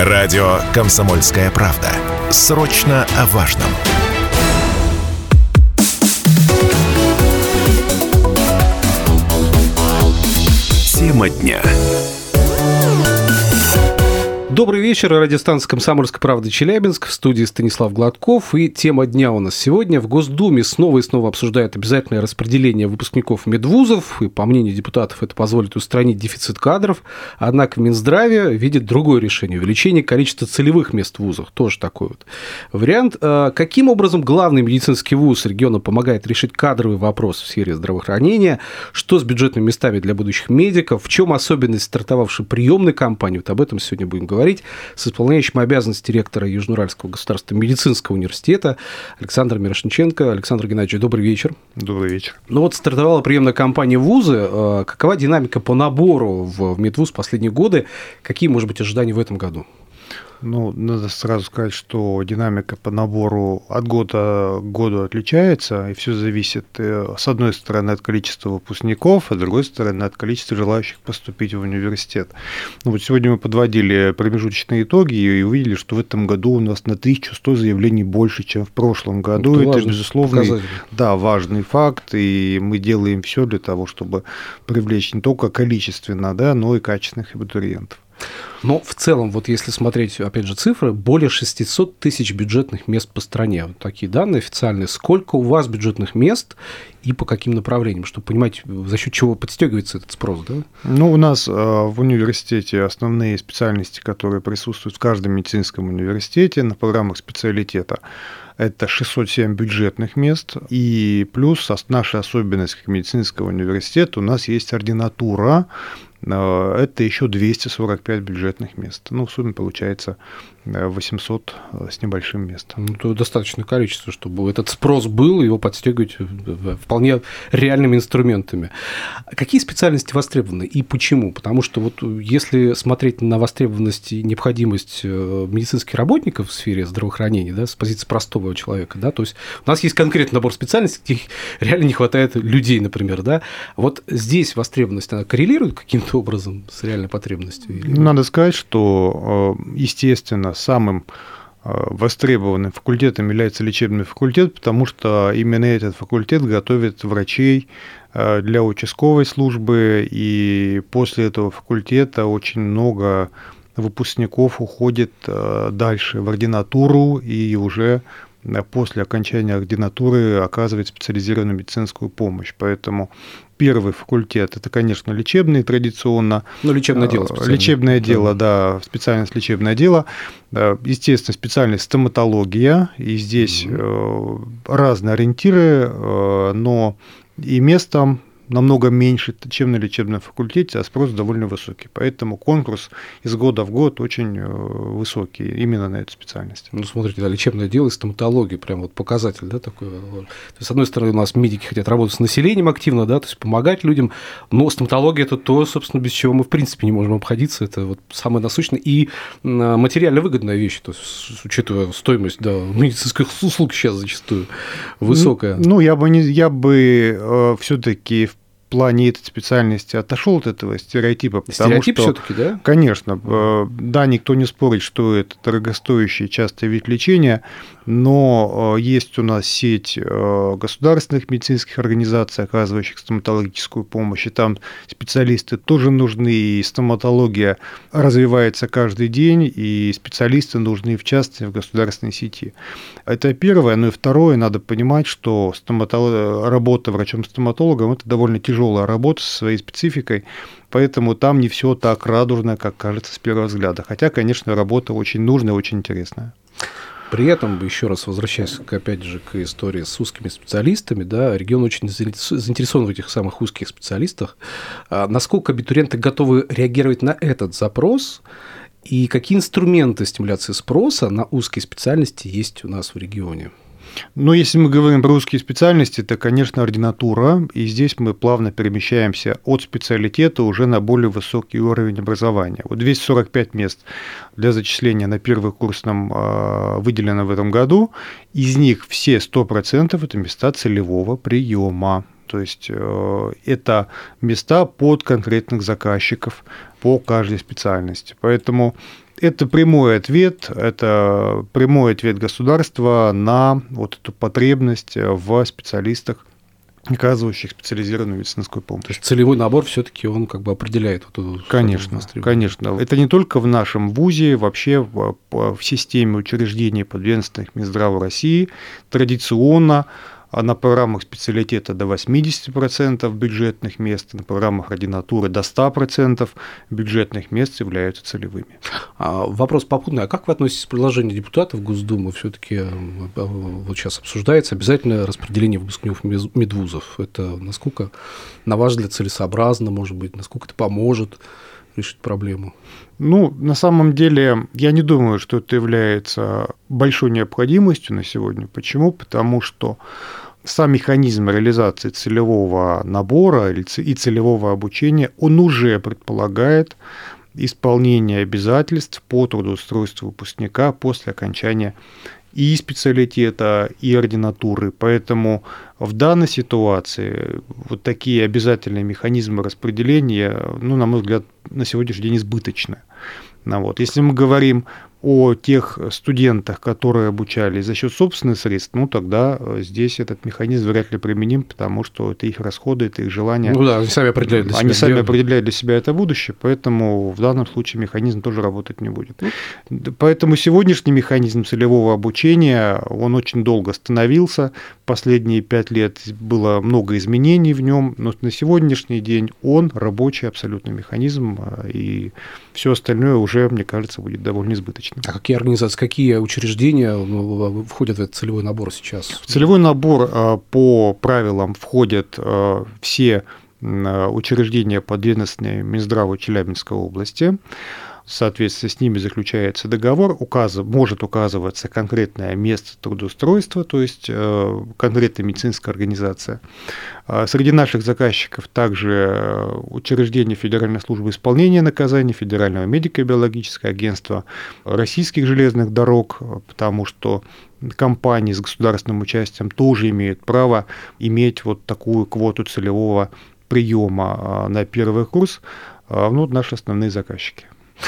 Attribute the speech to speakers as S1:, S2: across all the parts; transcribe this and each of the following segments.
S1: Радио «Комсомольская правда». Срочно о важном. Тема дня.
S2: Добрый вечер. Радиостанция «Комсомольская правда» Челябинск. В студии Станислав Гладков. И тема дня у нас сегодня. В Госдуме снова и снова обсуждают обязательное распределение выпускников медвузов. И, по мнению депутатов, это позволит устранить дефицит кадров. Однако в Минздраве видит другое решение. Увеличение количества целевых мест в вузах. Тоже такой вот вариант. Каким образом главный медицинский вуз региона помогает решить кадровый вопрос в сфере здравоохранения? Что с бюджетными местами для будущих медиков? В чем особенность стартовавшей приемной кампании? Вот об этом сегодня будем говорить с исполняющим обязанности ректора Южноуральского государственного медицинского университета Александром Мирошниченко. Александр Геннадьевич, добрый вечер.
S3: Добрый вечер.
S2: Ну вот стартовала приемная кампания в вузы. Какова динамика по набору в медвуз в последние годы? Какие, может быть, ожидания в этом году?
S3: Ну, надо сразу сказать, что динамика по набору от года к году отличается, и все зависит, с одной стороны, от количества выпускников, а с другой стороны, от количества желающих поступить в университет. Ну, вот сегодня мы подводили промежуточные итоги и увидели, что в этом году у нас на 1100 заявлений больше, чем в прошлом году. Это безусловно, да, важный факт, и мы делаем все для того, чтобы привлечь не только количественно, да, но и качественных абитуриентов.
S2: Но в целом, вот если смотреть, опять же, цифры, более 600 тысяч бюджетных мест по стране. Вот такие данные официальные. Сколько у вас бюджетных мест и по каким направлениям, чтобы понимать, за счет чего подстегивается этот спрос, да?
S3: Ну, у нас в университете основные специальности, которые присутствуют в каждом медицинском университете на программах специалитета, это 607 бюджетных мест, и плюс наша особенность как медицинского университета, у нас есть ординатура, это еще 245 бюджетных мест. Ну, в сумме получается 800 с небольшим мест.
S2: Ну, это достаточное количество, чтобы этот спрос был, его подстегивать вполне реальными инструментами. Какие специальности востребованы и почему? Потому что вот если смотреть на востребованность и необходимость медицинских работников в сфере здравоохранения, да, с позиции простого человека, да, то есть у нас есть конкретный набор специальностей, где реально не хватает людей, например, да. Вот здесь востребованность, она коррелирует каким-то образом с реальной потребностью? Или...
S3: Надо сказать, что, естественно, самым востребованным факультетом является лечебный факультет, потому что именно этот факультет готовит врачей для участковой службы, и после этого факультета очень много выпускников уходит дальше в ординатуру и уже после окончания ординатуры оказывает специализированную медицинскую помощь. Поэтому первый факультет – это, конечно, лечебный традиционно.
S2: Ну, лечебное дело.
S3: Лечебное дело, да, специальность лечебное дело. Естественно, специальность стоматология. И здесь разные ориентиры, но и место намного меньше, чем на лечебном факультете, а спрос довольно высокий. Поэтому конкурс из года в год очень высокий именно на эту специальность.
S2: Ну, смотрите, да, лечебное дело и стоматология, прям вот показатель, да, такой. То есть, с одной стороны, у нас медики хотят работать с населением активно, да, то есть помогать людям, но стоматология – это то, собственно, без чего мы, в принципе, не можем обходиться. Это вот самое насущное и материально выгодная вещь, то есть, учитывая стоимость, да, медицинских услуг сейчас зачастую высокая.
S3: Ну, я бы все-таки в плане этой специальности отошел от этого стереотипа.
S2: Стереотип все-таки, да?
S3: Конечно. Да, никто не спорит, что это дорогостоящий частый вид лечения, но есть у нас сеть государственных медицинских организаций, оказывающих стоматологическую помощь, и там специалисты тоже нужны, и стоматология развивается каждый день, и специалисты нужны, в частности, в государственной сети. Это первое. Ну и второе, надо понимать, что работа врачом-стоматологом – это довольно тяжелая работа со своей спецификой, поэтому там не все так радужно, как кажется с первого взгляда. Хотя, конечно, работа очень нужная, очень интересная.
S2: При этом, еще раз возвращаясь, опять же, к истории с узкими специалистами, да, регион очень заинтересован в этих самых узких специалистах. Насколько абитуриенты готовы реагировать на этот запрос, и какие инструменты стимуляции спроса на узкие специальности есть у нас в регионе?
S3: Но если мы говорим про узкие специальности, это, конечно, ординатура, и здесь мы плавно перемещаемся от специалитета уже на более высокий уровень образования. Вот 245 мест для зачисления на первый курс нам выделено в этом году, из них все 100% это места целевого приема. То есть это места под конкретных заказчиков по каждой специальности. Поэтому Это прямой ответ государства на вот эту потребность в специалистах, оказывающих специализированную медицинскую помощь.
S2: То есть целевой набор все-таки он как бы определяет вот эту...
S3: Конечно. Это не только в нашем вузе, вообще в системе учреждений, подведомственных Минздраву России традиционно на программах специалитета до 80% бюджетных мест, на программах ординатуры до 100% бюджетных мест являются целевыми.
S2: Вопрос попутный. А как вы относитесь к предложению депутатов Госдумы? Все-таки вот сейчас обсуждается обязательное распределение выпускников медвузов. Это насколько, на ваш взгляд, целесообразно, может быть, насколько это поможет решить проблему?
S3: На самом деле, я не думаю, что это является большой необходимостью на сегодня. Почему? Потому что сам механизм реализации целевого набора и целевого обучения, он уже предполагает исполнение обязательств по трудоустройству выпускника после окончания и специалитета, и ординатуры. Поэтому в данной ситуации вот такие обязательные механизмы распределения, на мой взгляд, на сегодняшний день избыточны. Если мы говорим о тех студентах, которые обучались за счет собственных средств, тогда здесь этот механизм вряд ли применим, потому что это их расходы, это их желания.
S2: Они сами определяют для себя.
S3: Они сами определяют для себя это будущее, поэтому в данном случае механизм тоже работать не будет. Поэтому сегодняшний механизм целевого обучения, он очень долго становился, последние 5 лет было много изменений в нем, но на сегодняшний день он рабочий абсолютно механизм, и все остальное уже, мне кажется, будет довольно избыточно.
S2: А какие организации, какие учреждения входят в этот целевой набор сейчас?
S3: В целевой набор по правилам входят все учреждения подведомственные Минздраву Челябинской области. Соответственно, с ними заключается договор, может указываться конкретное место трудоустройства, то есть конкретная медицинская организация. Среди наших заказчиков также учреждения Федеральной службы исполнения наказаний, Федерального медико-биологического агентства, Российских железных дорог, потому что компании с государственным участием тоже имеют право иметь вот такую квоту целевого приема на первый курс. Наши основные заказчики.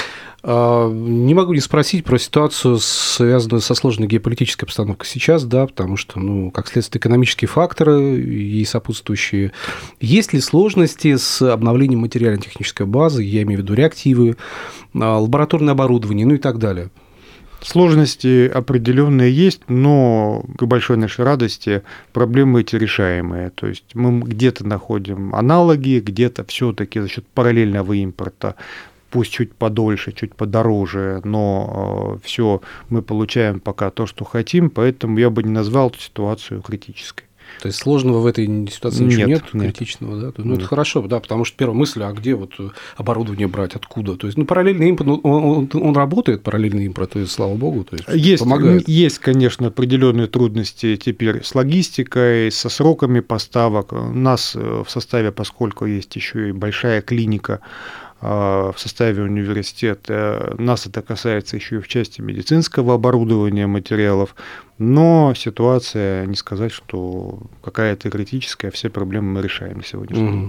S2: Не могу не спросить про ситуацию, связанную со сложной геополитической обстановкой сейчас, потому что, как следствие, экономические факторы и сопутствующие. Есть ли сложности с обновлением материально-технической базы, я имею в виду реактивы, лабораторное оборудование, и так далее?
S3: Сложности определенные есть, но, к большой нашей радости, проблемы эти решаемые. То есть мы где-то находим аналоги, где-то все-таки за счет параллельного импорта, пусть чуть подольше, чуть подороже, но все мы получаем пока то, что хотим, поэтому я бы не назвал эту ситуацию критической.
S2: То есть сложного в этой ситуации ничего нет критичного, да? Это хорошо, потому что первая мысль, а где оборудование брать, откуда? То есть, параллельный импорт, он работает, параллельный импорт, то есть, слава богу, то есть помогает.
S3: Есть, конечно, определенные трудности теперь с логистикой, со сроками поставок. У нас в составе, поскольку есть еще и большая клиника в составе университета, нас это касается еще и в части медицинского оборудования, материалов, но ситуация, не сказать, что какая-то критическая, все проблемы мы решаем на сегодняшний день.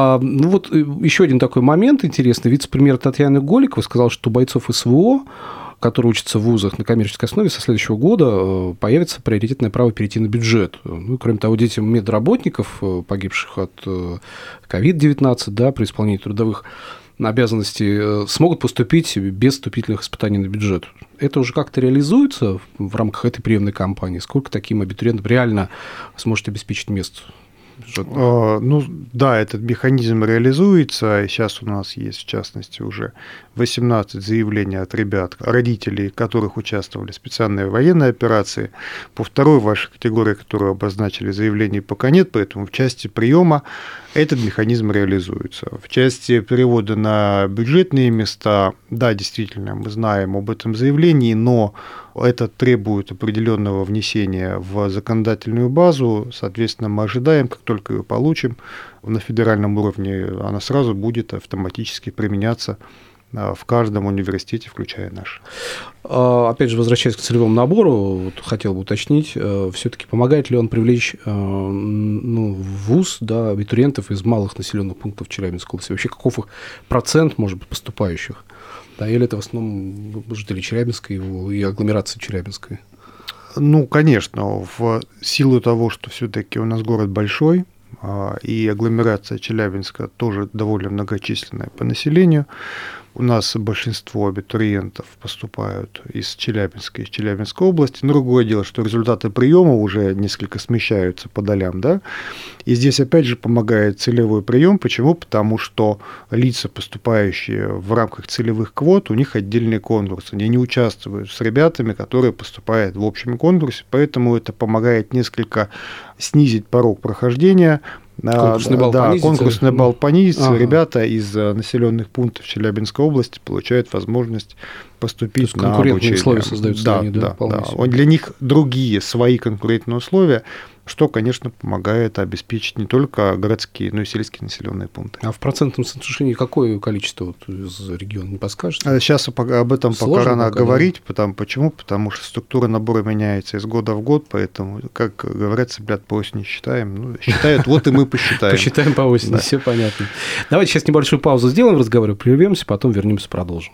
S2: Еще один такой момент интересный. Вице-премьер Татьяна Голикова сказала, что у бойцов СВО, которые учатся в вузах на коммерческой основе, со следующего года появится приоритетное право перейти на бюджет. Кроме того, детям медработников, погибших от COVID-19, при исполнении трудовых обязанностей, смогут поступить без вступительных испытаний на бюджет. Это уже как-то реализуется в рамках этой приемной кампании? Сколько таким абитуриентам реально сможет обеспечить место?
S3: Этот механизм реализуется. Сейчас у нас есть, в частности, уже 18 заявлений от ребят, родителей, которых участвовали в специальной военной операции. По второй вашей категории, которую обозначили, заявлений пока нет, поэтому в части приема этот механизм реализуется. В части перевода на бюджетные места, да, действительно, мы знаем об этом заявлении, но это требует определенного внесения в законодательную базу. Соответственно, мы ожидаем, как только ее получим на федеральном уровне, она сразу будет автоматически применяться в каждом университете, включая наш.
S2: Опять же, возвращаясь к целевому набору, хотел бы уточнить, все-таки помогает ли он привлечь в ВУЗ абитуриентов из малых населенных пунктов Челябинской области? Вообще, каков их процент, может быть, поступающих? Да, или это в основном жители Челябинска и агломерации Челябинской?
S3: Ну, конечно, в силу того, что все-таки у нас город большой, и агломерация Челябинска тоже довольно многочисленная по населению. У нас большинство абитуриентов поступают из Челябинска, из Челябинской области. Другое дело, что результаты приема уже несколько смещаются по долям, да. И здесь опять же помогает целевой прием. Почему? Потому что лица, поступающие в рамках целевых квот, у них отдельный конкурс. Они не участвуют с ребятами, которые поступают в общем конкурсе. Поэтому это помогает несколько снизить порог прохождения.
S2: Конкурсный балл понизится.
S3: Конкурсный балл понизится. Ага. Ребята из населенных пунктов Челябинской области получают возможность поступить на обучение.
S2: Конкурентные условия создаются.
S3: Да. Для них другие свои конкурентные условия, что, конечно, помогает обеспечить не только городские, но и сельские населенные пункты.
S2: А в процентном соотношении какое количество из региона, не подскажете?
S3: Сейчас об этом пока рано говорить. Почему? Потому что структура набора меняется из года в год, поэтому, как говорят, цыплят по осени считаем. Ну, считают, вот и мы посчитаем.
S2: Посчитаем по осени, все понятно. Давайте сейчас небольшую паузу сделаем в разговоре, прервемся, потом вернемся, продолжим.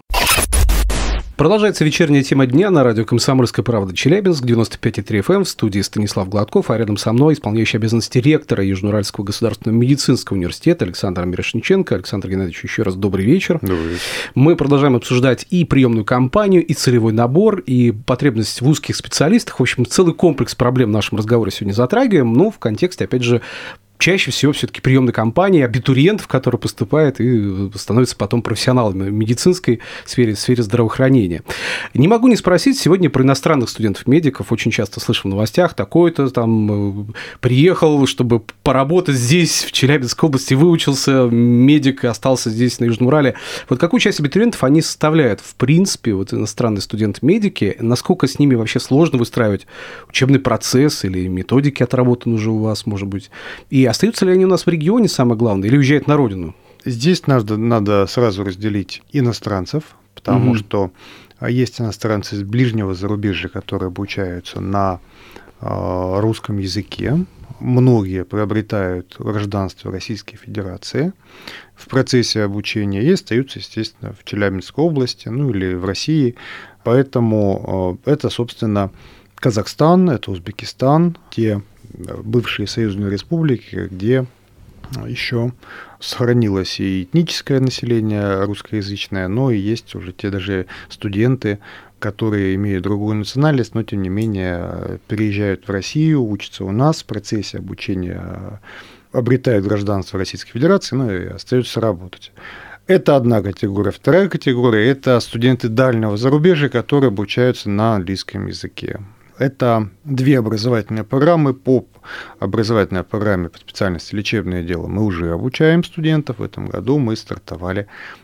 S2: Продолжается вечерняя тема дня на радио «Комсомольская правда» Челябинск, 95,3 FM, в студии Станислав Гладков, а рядом со мной исполняющий обязанности ректора Южноуральского государственного медицинского университета Александр Мирошниченко. Александр Геннадьевич, еще раз добрый вечер.
S3: Добрый вечер.
S2: Мы продолжаем обсуждать и приемную кампанию, и целевой набор, и потребность в узких специалистах. В общем, целый комплекс проблем в нашем разговоре сегодня затрагиваем, но в контексте, опять же, чаще всего все-таки приемной кампании абитуриентов, которые поступают и становятся потом профессионалами в медицинской сфере здравоохранения. Не могу не спросить сегодня про иностранных студентов-медиков. Очень часто слышу в новостях, такой-то там приехал, чтобы поработать здесь, в Челябинской области, выучился медик и остался здесь, на Южном Урале. Вот какую часть абитуриентов они составляют? В принципе, вот иностранные студенты-медики, насколько с ними вообще сложно выстраивать учебный процесс или методики отработаны уже у вас, может быть, и остаются ли они у нас в регионе, самое главное, или уезжают на родину?
S3: Здесь надо сразу разделить иностранцев, потому что есть иностранцы из ближнего зарубежья, которые обучаются на русском языке. Многие приобретают гражданство Российской Федерации в процессе обучения и остаются, естественно, в Челябинской области, ну или в России. Поэтому это, собственно, Казахстан, это Узбекистан, те бывшие союзные республики, где еще сохранилось и этническое население русскоязычное, но и есть уже те даже студенты, которые имеют другую национальность, но тем не менее переезжают в Россию, учатся у нас в процессе обучения, обретают гражданство Российской Федерации, ну и остаются работать. Это одна категория. Вторая категория – это студенты дальнего зарубежья, которые обучаются на английском языке. Это две образовательные программы. По образовательной программе по специальности лечебное дело мы уже обучаем студентов. В этом году мы стартовали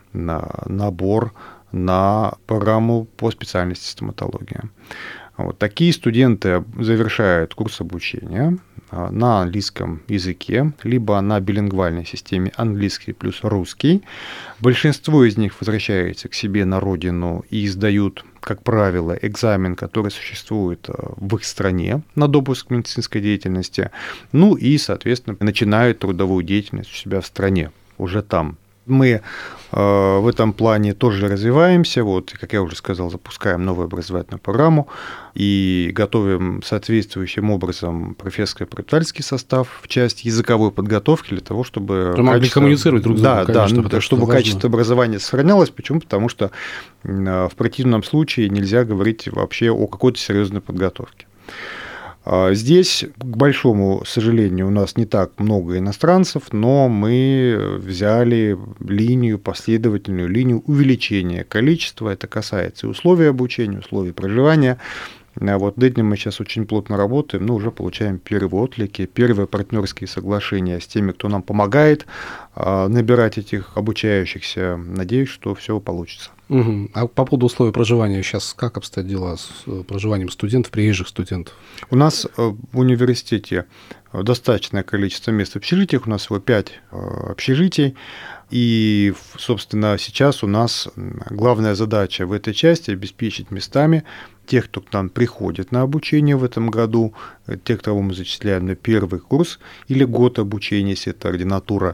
S3: набор на программу по специальности стоматология. Вот такие студенты завершают курс обучения на английском языке, либо на билингвальной системе английский плюс русский. Большинство из них возвращается к себе на родину и сдают, как правило, экзамен, который существует в их стране на допуск к медицинской деятельности, ну и, соответственно, начинают трудовую деятельность у себя в стране, уже там. Мы в этом плане тоже развиваемся. Вот, как я уже сказал, запускаем новую образовательную программу и готовим соответствующим образом профессорско-преподавательский состав в часть языковой подготовки для того, чтобы
S2: коммуницировать друг с другом, конечно,
S3: чтобы качество образования сохранялось. Почему? Потому что в противном случае нельзя говорить вообще о какой-то серьезной подготовке. Здесь, к большому сожалению, у нас не так много иностранцев, но мы взяли последовательную линию увеличения количества. Это касается и условий обучения, условий проживания. Вот над этим мы сейчас очень плотно работаем, но уже получаем первые отклики, первые партнерские соглашения с теми, кто нам помогает набирать этих обучающихся. Надеюсь, что все получится.
S2: Угу. А по поводу условий проживания сейчас как обстоят дела с проживанием студентов, приезжих студентов?
S3: У нас в университете достаточное количество мест в общежитиях, у нас всего 5 общежитий. И, собственно, сейчас у нас главная задача в этой части – обеспечить местами тех, кто к нам приходит на обучение в этом году, те, кого мы зачисляем на первый курс или год обучения, если это ординатура.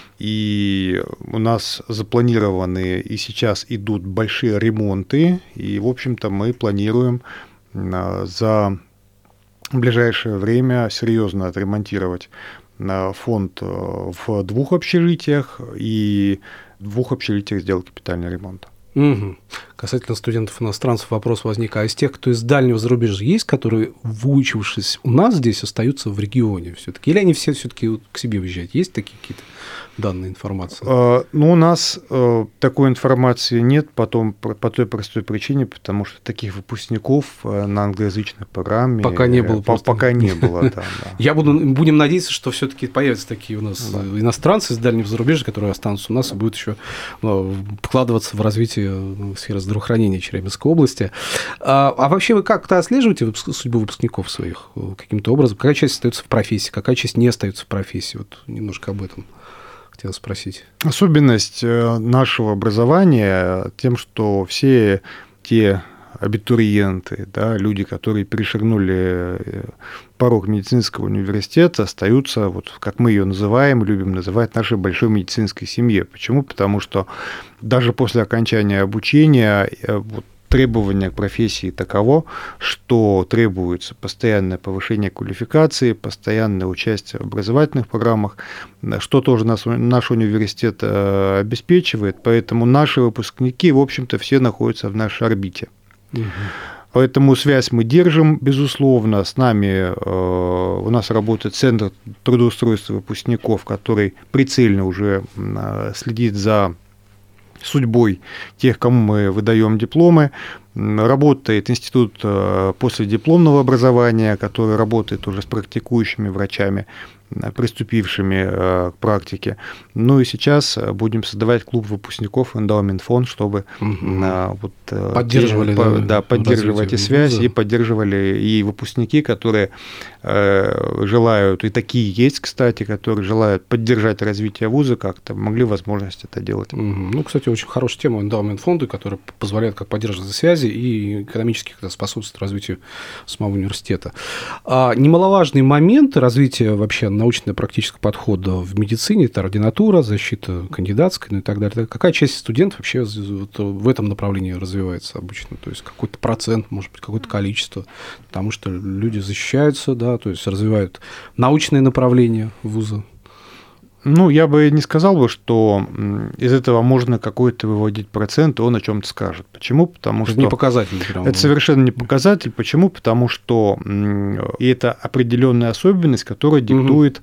S3: И у нас запланированы и сейчас идут большие ремонты, и, в общем-то, мы планируем за ближайшее время серьезно отремонтировать фонд в 2 общежитиях и в 2 общежитиях сделать капитальный ремонт.
S2: Угу. Касательно студентов-иностранцев вопрос возник. А из тех, кто из дальнего зарубежья есть, которые, выучившись у нас здесь, остаются в регионе все-таки? Или они все-таки к себе уезжают? Есть такие какие-то данные, информации?
S3: Ну, у нас такой информации нет по той простой причине, потому что таких выпускников на англоязычной программе
S2: пока не было.
S3: Пока не было, да.
S2: Будем надеяться, что все-таки появятся такие у нас иностранцы из дальнего зарубежья, которые останутся у нас и будут еще вкладываться в развитие сферы здравоохранения Челябинской области. А вообще вы как-то отслеживаете судьбу выпускников своих каким-то образом? Какая часть остается в профессии, какая часть не остается в профессии? Вот немножко об этом хотел спросить.
S3: Особенность нашего образования тем, что все те абитуриенты, да, люди, которые перешагнули порог медицинского университета, остаются, вот как мы ее называем, любим называть, нашей большой медицинской семье. Почему? Потому что даже после окончания обучения требование к профессии таково, что требуется постоянное повышение квалификации, постоянное участие в образовательных программах, что тоже наш университет обеспечивает, поэтому наши выпускники, в общем-то, все находятся в нашей орбите. Угу. Поэтому связь мы держим, безусловно. С нами у нас работает Центр трудоустройства выпускников, который прицельно уже следит за судьбой тех, кому мы выдаем дипломы. Работает институт последипломного образования, который работает уже с практикующими врачами, приступившими к практике. Ну и сейчас будем создавать клуб выпускников Эндаумент фонд, чтобы поддерживать и связь, вуза. И поддерживали и выпускники, которые желают, и такие есть, кстати, которые желают поддержать развитие вуза как-то, могли возможность это делать.
S2: Ну, кстати, очень хорошая тема Эндаумент фонда, которая позволяет как поддерживать связи и экономически способствует развитию самого университета. Немаловажный момент развития вообще научно-практического подхода в медицине – это ординатура, защита кандидатской, ну и так далее. Какая часть студентов вообще в этом направлении развивается обычно? То есть какой-то процент, может быть, какое-то количество, потому что люди защищаются, да, то есть развивают научные направления вуза.
S3: Ну, я бы не сказал, что из этого можно какой-то выводить процент, и он о чем-то скажет. Почему? Потому что...
S2: Это не показатель. Прям.
S3: Это совершенно не показатель. Почему? Потому что и это определенная особенность, которая диктует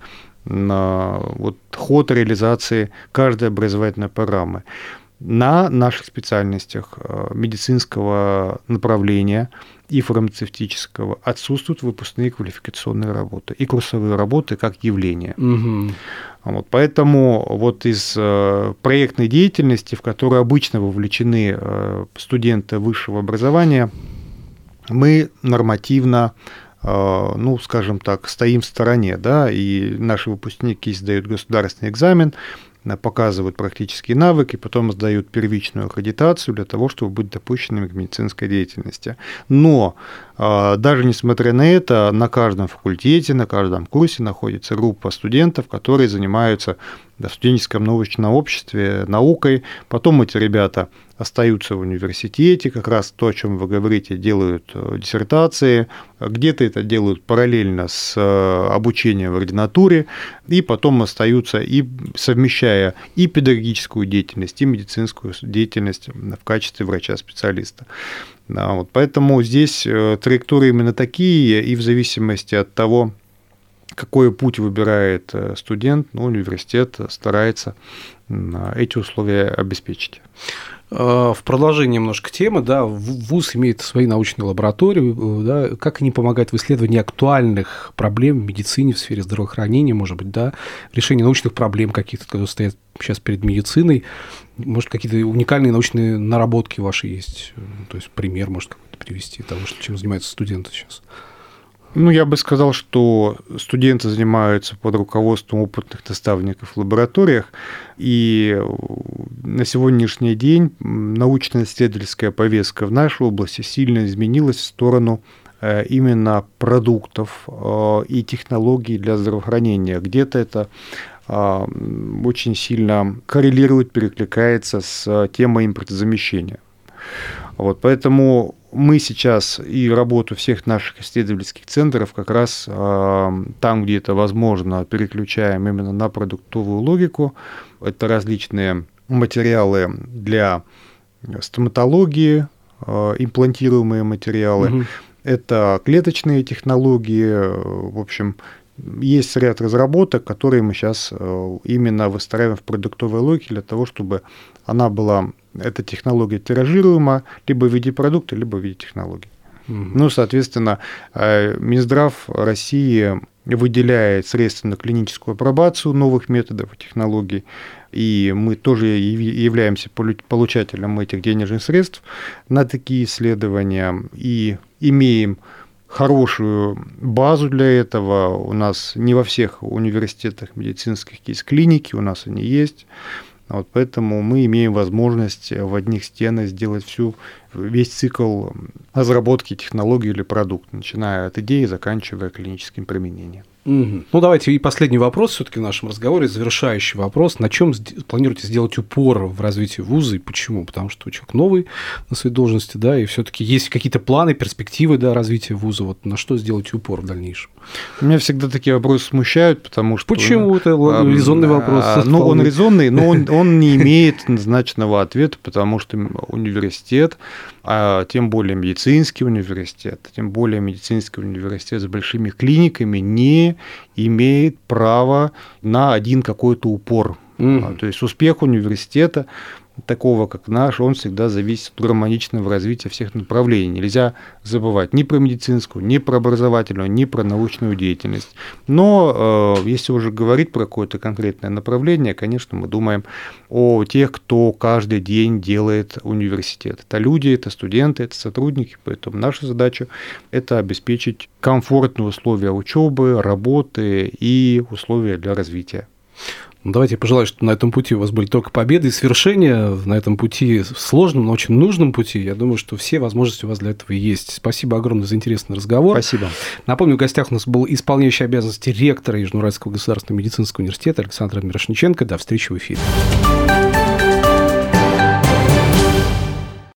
S3: ход реализации каждой образовательной программы. На наших специальностях медицинского направления и фармацевтического отсутствуют выпускные квалификационные работы и курсовые работы как явление. Поэтому из проектной деятельности, в которую обычно вовлечены студенты высшего образования, мы нормативно, скажем так, стоим в стороне, да, и наши выпускники сдают государственный экзамен, показывают практические навыки, потом сдают первичную аккредитацию для того, чтобы быть допущенными к медицинской деятельности. Но даже несмотря на это, на каждом факультете, на каждом курсе находится группа студентов, которые занимаются в студенческом научном обществе наукой. Потом эти ребята остаются в университете, как раз то, о чем вы говорите, делают диссертации, где-то это делают параллельно с обучением в ординатуре, и потом остаются и совмещая и педагогическую деятельность, и медицинскую деятельность в качестве врача-специалиста. Поэтому здесь траектории именно такие, и в зависимости от того, какой путь выбирает студент, университет старается эти условия обеспечить.
S2: В продолжение немножко темы, да, ВУЗ имеет свои научные лаборатории, да, как они помогают в исследовании актуальных проблем в медицине, в сфере здравоохранения, может быть, да, решение научных проблем каких-то, которые стоят сейчас перед медициной, может, какие-то уникальные научные наработки ваши есть, то есть пример, может, какой-то привести того, чем занимаются студенты сейчас.
S3: Я бы сказал, что студенты занимаются под руководством опытных наставников в лабораториях, и на сегодняшний день научно-исследовательская повестка в нашей области сильно изменилась в сторону именно продуктов и технологий для здравоохранения. Где-то это очень сильно коррелирует, перекликается с темой импортозамещения. Вот, поэтому мы сейчас и работу всех наших исследовательских центров как раз там, где это возможно, переключаем именно на продуктовую логику. Это различные материалы для стоматологии, имплантируемые материалы. Это клеточные технологии. В общем, есть ряд разработок, которые мы сейчас именно выстраиваем в продуктовой логике для того, чтобы она была, эта технология, тиражируема либо в виде продукта, либо в виде технологий. Ну, соответственно, Минздрав России выделяет средства на клиническую апробацию новых методов и технологий, и мы тоже являемся получателем этих денежных средств на такие исследования и имеем хорошую базу для этого. У нас не во всех университетах медицинских есть клиники, у нас они есть. Вот поэтому мы имеем возможность в одних стенах сделать весь цикл разработки технологии или продукта, начиная от идеи, заканчивая клиническим применением.
S2: Ну, давайте и последний вопрос все-таки в нашем разговоре, завершающий вопрос. На чем планируете сделать упор в развитии вуза и почему? Потому что человек новый на своей должности, да, и все-таки есть какие-то планы, перспективы, да, развития вуза. Вот на что сделать упор в дальнейшем?
S3: Меня всегда такие вопросы смущают, потому что...
S2: Почему? Это резонный вопрос.
S3: Ну, он резонный, но он не имеет однозначного ответа, потому что университет, а тем более медицинский университет с большими клиниками не имеет права на один какой-то упор. То есть успех университета, такого как наш, он всегда зависит от гармоничного развития всех направлений. Нельзя забывать ни про медицинскую, ни про образовательную, ни про научную деятельность. Но если уже говорить про какое-то конкретное направление, конечно, мы думаем о тех, кто каждый день делает университет. Это люди, это студенты, это сотрудники, поэтому наша задача – это обеспечить комфортные условия учебы, работы и условия для развития.
S2: Давайте я пожелаю, что на этом пути у вас были только победы и свершения, на этом пути сложном, но очень нужном пути. Я думаю, что все возможности у вас для этого есть. Спасибо огромное за интересный разговор.
S3: Спасибо.
S2: Напомню, в гостях у нас был исполняющий обязанности ректора Южноуральского государственного медицинского университета Александр Мирошниченко. До встречи в эфире.